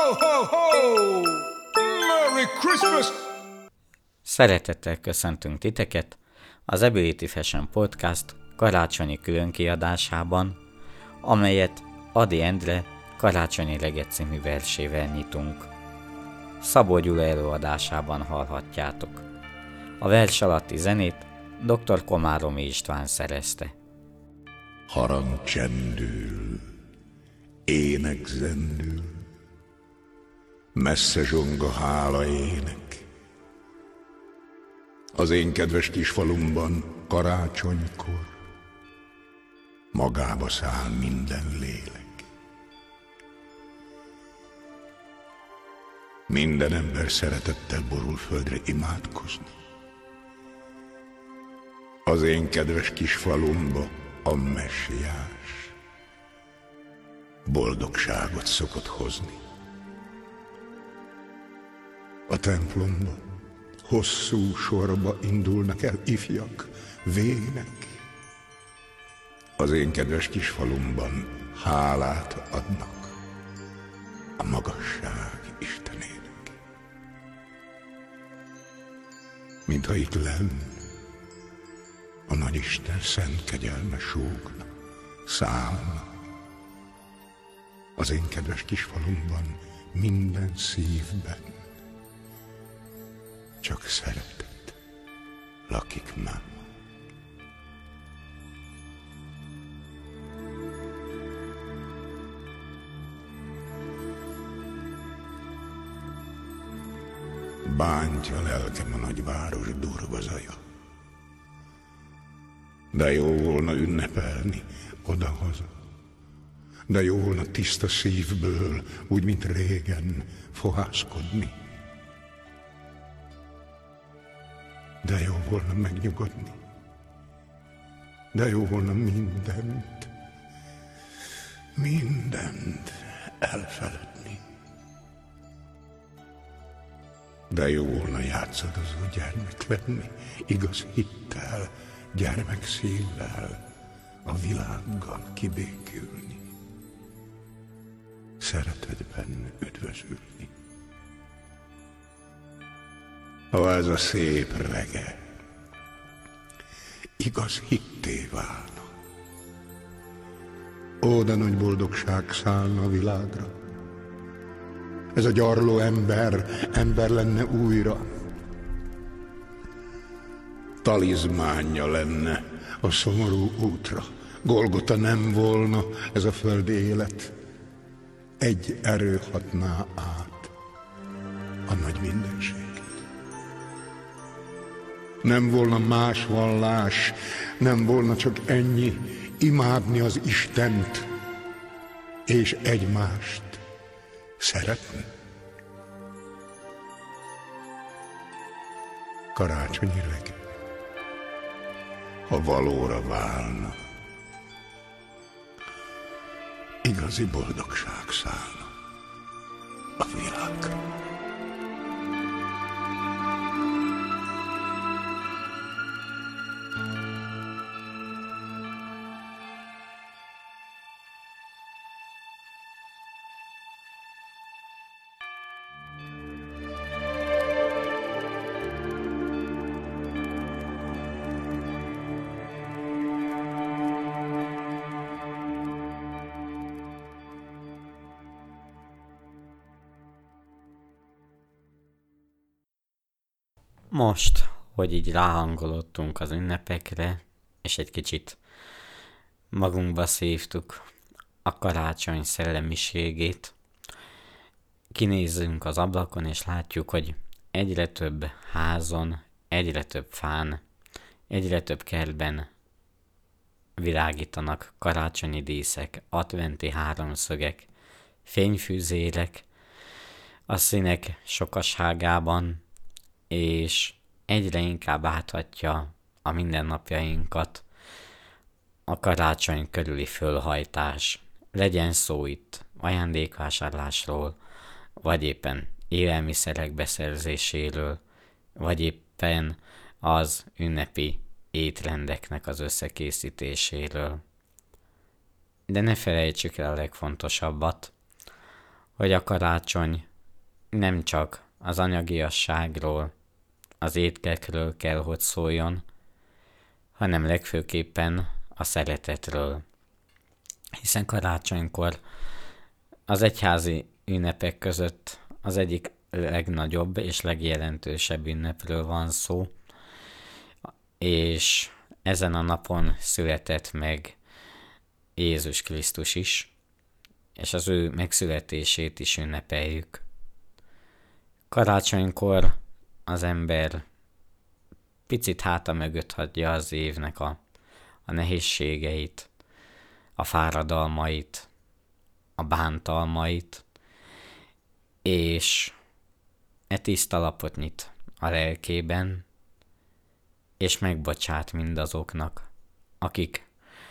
Ho, ho, ho! Merry Christmas! Szeretettel köszöntünk titeket az Ability Fashion Podcast karácsonyi különkiadásában, amelyet Ady Endre Karácsonyi Leget című versével nyitunk. Szabó Gyula előadásában hallhatjátok. A vers alatti zenét dr. Komáromi István szerezte. Harang csendül, ének zendül, messze zsonga hála ének. Az én kedves kis falumban karácsonykor magába száll minden lélek. Minden ember szeretettel borul földre imádkozni. Az én kedves kis falumba a messiás boldogságot szokott hozni. A templomba hosszú sorba indulnak el ifjak, vének. Az én kedves kis falumban hálát adnak a magasság Istenének. Mintha itt lenn a Nagyisten szent kegyelme súgna, szállna. Az én kedves kis falumban minden szívben csak szeretet lakik már. Bántja lelkem a nagyváros durva zaja. De jó volna ünnepelni odahaza. De jó volna tiszta szívből, úgy, mint régen, fohászkodni. De jó volna megnyugodni. De jó volna mindent elfeledni. De jó volna játszadozó gyermek lenni, igaz hittel, gyermekszívvel, a világgal kibékülni. Szeretetben üdvözülni. Ha ez a szép rege igaz hitté válna, ó, de nagy boldogság szállna a világra. Ez a gyarló ember lenne újra. Talizmánja lenne a szomorú útra. Golgota nem volna ez a földi élet. Egy erő hatná át a nagy mindenséget. Nem volna más vallás, nem volna csak ennyi, imádni az Istent és egymást szeretni. Karácsonyi reg, ha valóra válna, igazi boldogság szállna a világra. Most, hogy így ráhangolódtunk az ünnepekre, és egy kicsit magunkba szívtuk a karácsony szellemiségét, kinézzünk az ablakon, és látjuk, hogy egyre több házon, egyre több fán, egyre több kertben virágítanak karácsonyi díszek, adventi háromszögek, fényfűzérek, a színek sokaságában, és egyre inkább áthatja a mindennapjainkat a karácsony körüli fölhajtás. Legyen szó itt ajándékvásárlásról, vagy éppen élelmiszerek beszerzéséről, vagy éppen az ünnepi étrendeknek az összekészítéséről. De ne felejtsük el a legfontosabbat, hogy a karácsony nem csak az anyagiasságról, az étkekről kell, hogy szóljon, hanem legfőképpen a szeretetről. Hiszen karácsonykor az egyházi ünnepek között az egyik legnagyobb és legjelentősebb ünnepről van szó, és ezen a napon született meg Jézus Krisztus is, és az ő megszületését is ünnepeljük. Karácsonykor az ember picit háta mögött hagyja az évnek a nehézségeit, a fáradalmait, a bántalmait, és tiszta lapot nyit a lelkében, és megbocsát mindazoknak, akik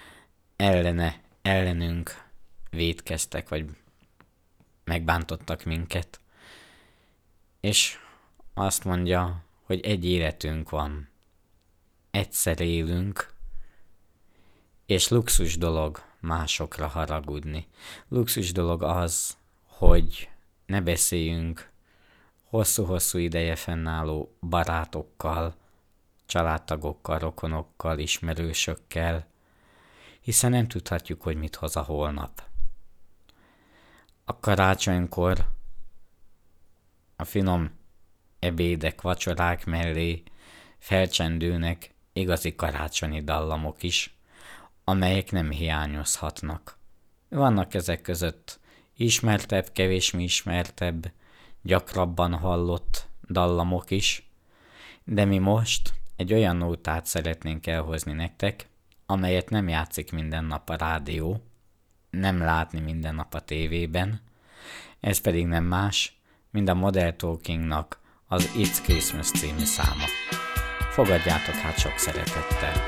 ellenünk vétkeztek, vagy megbántottak minket, és azt mondja, hogy egy életünk van, egyszer élünk, és luxus dolog másokra haragudni. Luxus dolog az, hogy ne beszéljünk hosszú-hosszú ideje fennálló barátokkal, családtagokkal, rokonokkal, ismerősökkel, hiszen nem tudhatjuk, hogy mit hoz a holnap. A karácsonykor a finom ebédek, vacsorák mellé felcsendülnek igazi karácsonyi dallamok is, amelyek nem hiányozhatnak. Vannak ezek között ismertebb, kevésbé ismertebb, gyakrabban hallott dallamok is, de mi most egy olyan nótát szeretnénk elhozni nektek, amelyet nem játszik minden nap a rádió, nem látni minden nap a tévében, ez pedig nem más, mint a Modern Talkingnak az It's Christmas című száma. Fogadjátok hát sok szeretettel!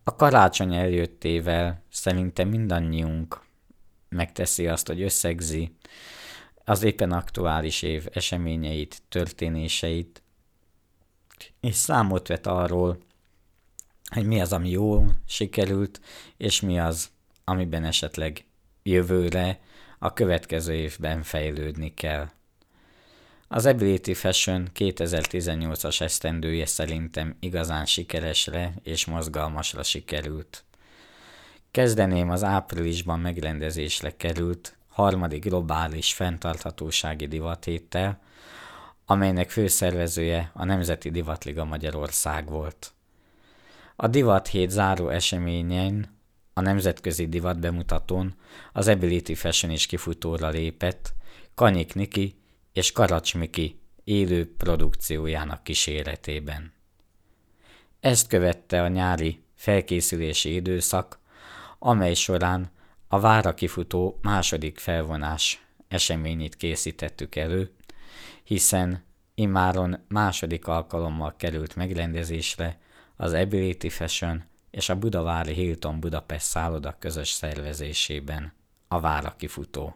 A karácsony eljöttével szerintem mindannyiunk megteszi azt, hogy összegzi az éppen aktuális év eseményeit, történéseit, és számot vet arról, hogy mi az, ami jól sikerült, és mi az, amiben esetleg jövőre, a következő évben fejlődni kell. Az Ability Fashion 2018-as esztendője szerintem igazán sikeresre és mozgalmasra sikerült. Kezdeném az áprilisban megrendezésre került harmadik globális fenntarthatósági divathéttel, amelynek főszervezője a Nemzeti Divatliga Magyarország volt. A divathét záró eseményen, a nemzetközi divat bemutatón az Ability Fashion is kifutóra lépett, Kanyik Niki és Karacs Miki élő produkciójának kíséretében. Ezt követte a nyári felkészülési időszak, amely során a Vára kifutó második felvonás eseményét készítettük elő, hiszen immáron második alkalommal került megrendezésre az Ability Fashion és a budavári Hilton Budapest szálloda közös szervezésében a Vára kifutó.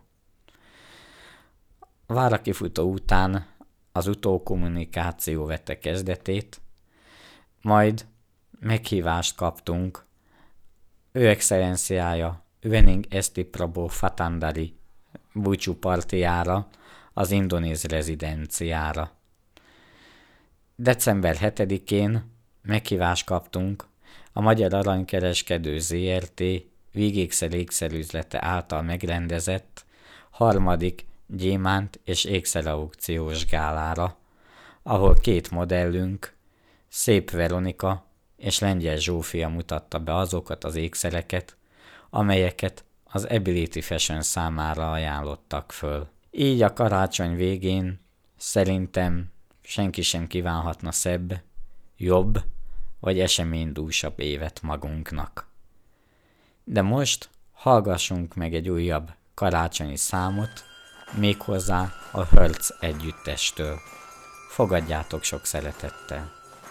A Vára kifutó után az utókommunikáció vette kezdetét, majd meghívást kaptunk ő excellenciája Vening Esti Prabhu Fatandari búcsú partiára, az indonéz rezidenciára. December 7-én meghívást kaptunk a Magyar Aranykereskedő Zrt. Végékszer ékszerüzlete által megrendezett harmadik gyémánt és ékszeraukciós gálára, ahol két modellünk, Szép Veronika és Lengyel Zsófia mutatta be azokat az ékszereket, amelyeket az Ability Fashion számára ajánlottak föl. Így a karácsony végén szerintem senki sem kívánhatna szebb, jobb vagy eseménydúsabb évet magunknak. De most hallgassunk meg egy újabb karácsonyi számot, méghozzá a Hertz együttestől. Fogadjátok sok szeretettel!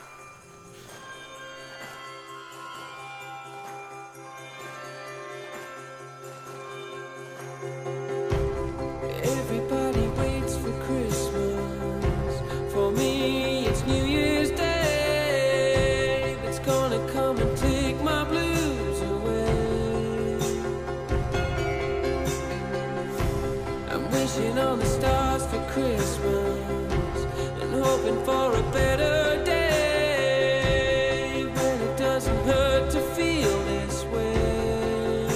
On the stars for Christmas and hoping for a better day when it doesn't hurt to feel this way.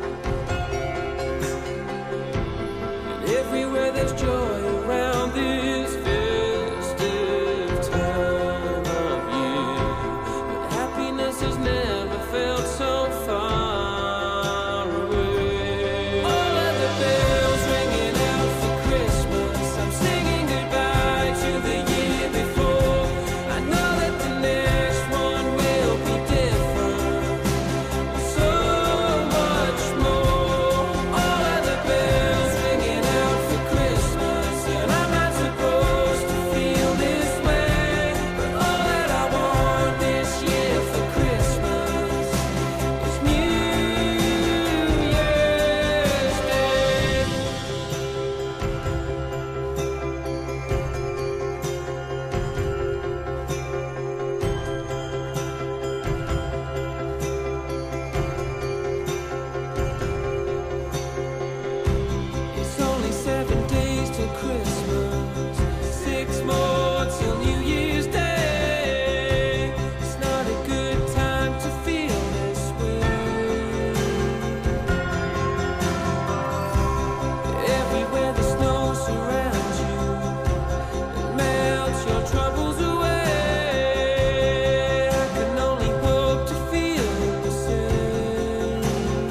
And everywhere there's joy around this festive time of year, but happiness has never felt so far away. All of the bells ringing out for Christmas, I'm singing goodbye to the year before. I know that the next one will be different, so much more. All of the bells ringing out for Christmas, and I'm not supposed to feel this way, but all that I want this year for Christmas is New Year's Day. It's only 7 days till Christmas, 6 more till New Year's Day. It's not a good time to feel this way. Everywhere the snow surrounds you and melts your troubles away. I can only hope to feel the same.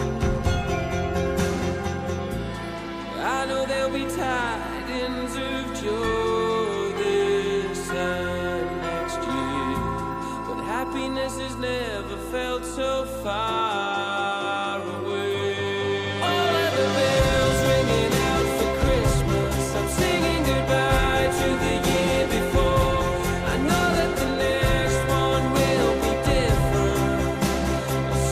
I know there'll be tidings of joy this time next year, but happiness has never felt so far away. All of the bells ringing out for Christmas, I'm singing goodbye to the year before. I know that the next one will be different,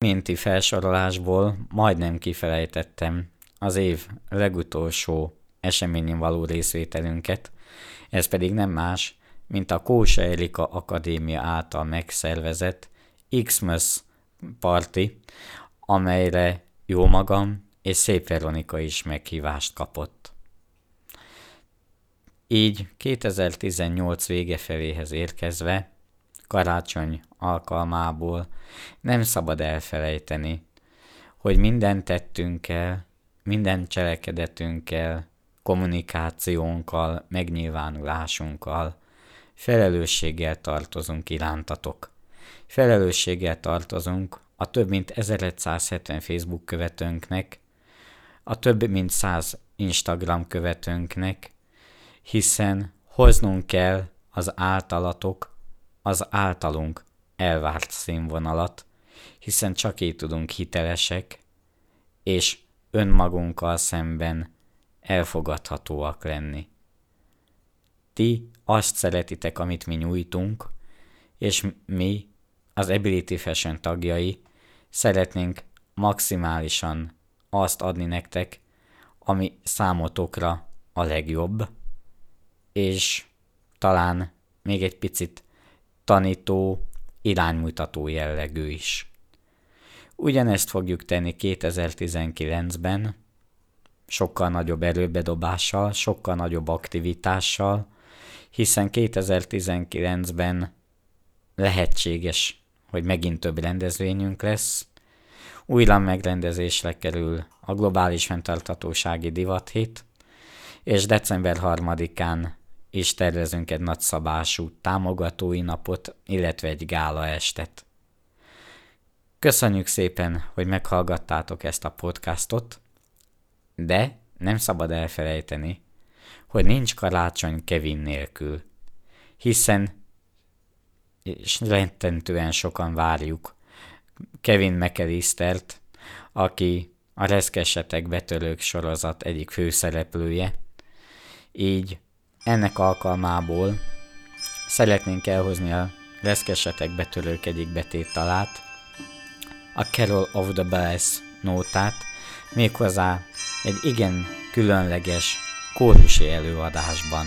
iménti felsorolásból majdnem kifelejtettem az év legutolsó eseményen való részvételünket, ez pedig nem más, mint a Kósa Erika Akadémia által megszervezett Xmas Party, amelyre jó magam és Szép Veronika is meghívást kapott. Így 2018 vége feléhez érkezve, karácsony alkalmából nem szabad elfelejteni, hogy minden tettünkkel, minden cselekedetünkkel, kommunikációnkkal, megnyilvánulásunkkal felelősséggel tartozunk irántatok. Felelősséggel tartozunk a több mint 1170 Facebook követőnknek, a több mint 100 Instagram követőnknek, hiszen hoznunk kell az általunk elvárt színvonalat, hiszen csak így tudunk hitelesek, és önmagunkkal szemben elfogadhatóak lenni. Ti azt szeretitek, amit mi nyújtunk, és mi, az Ability Fashion tagjai, szeretnénk maximálisan azt adni nektek, ami számotokra a legjobb, és talán még egy picit tanító, iránymutató jellegű is. Ugyanezt fogjuk tenni 2019-ben, sokkal nagyobb erőbedobással, sokkal nagyobb aktivitással, hiszen 2019-ben lehetséges, hogy megint több rendezvényünk lesz, újra megrendezésre kerül a globális fenntarthatósági divathét, és december 3-án is tervezünk egy nagyszabású támogatói napot, illetve egy gála estet. Köszönjük szépen, hogy meghallgattátok ezt a podcastot, de nem szabad elfelejteni, hogy nincs karácsony Kevin nélkül, hiszen és rettentően sokan várjuk Kevin McAllistert, aki a Reszkesetek Betörők sorozat egyik főszereplője, így ennek alkalmából szeretnénk elhozni a Reszkesetek Betörők egyik betétdalát, a Carol of the Bells nótát, méghozzá egy igen különleges kórusi előadásban.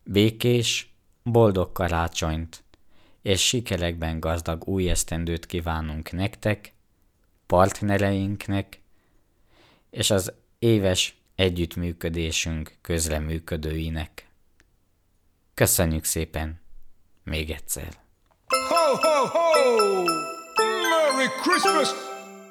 Békés, boldog karácsonyt és sikerekben gazdag új esztendőt kívánunk nektek, partnereinknek és az éves együttműködésünk közreműködőinek. Köszönjük szépen még egyszer! Ho, ho, ho! Merry Christmas!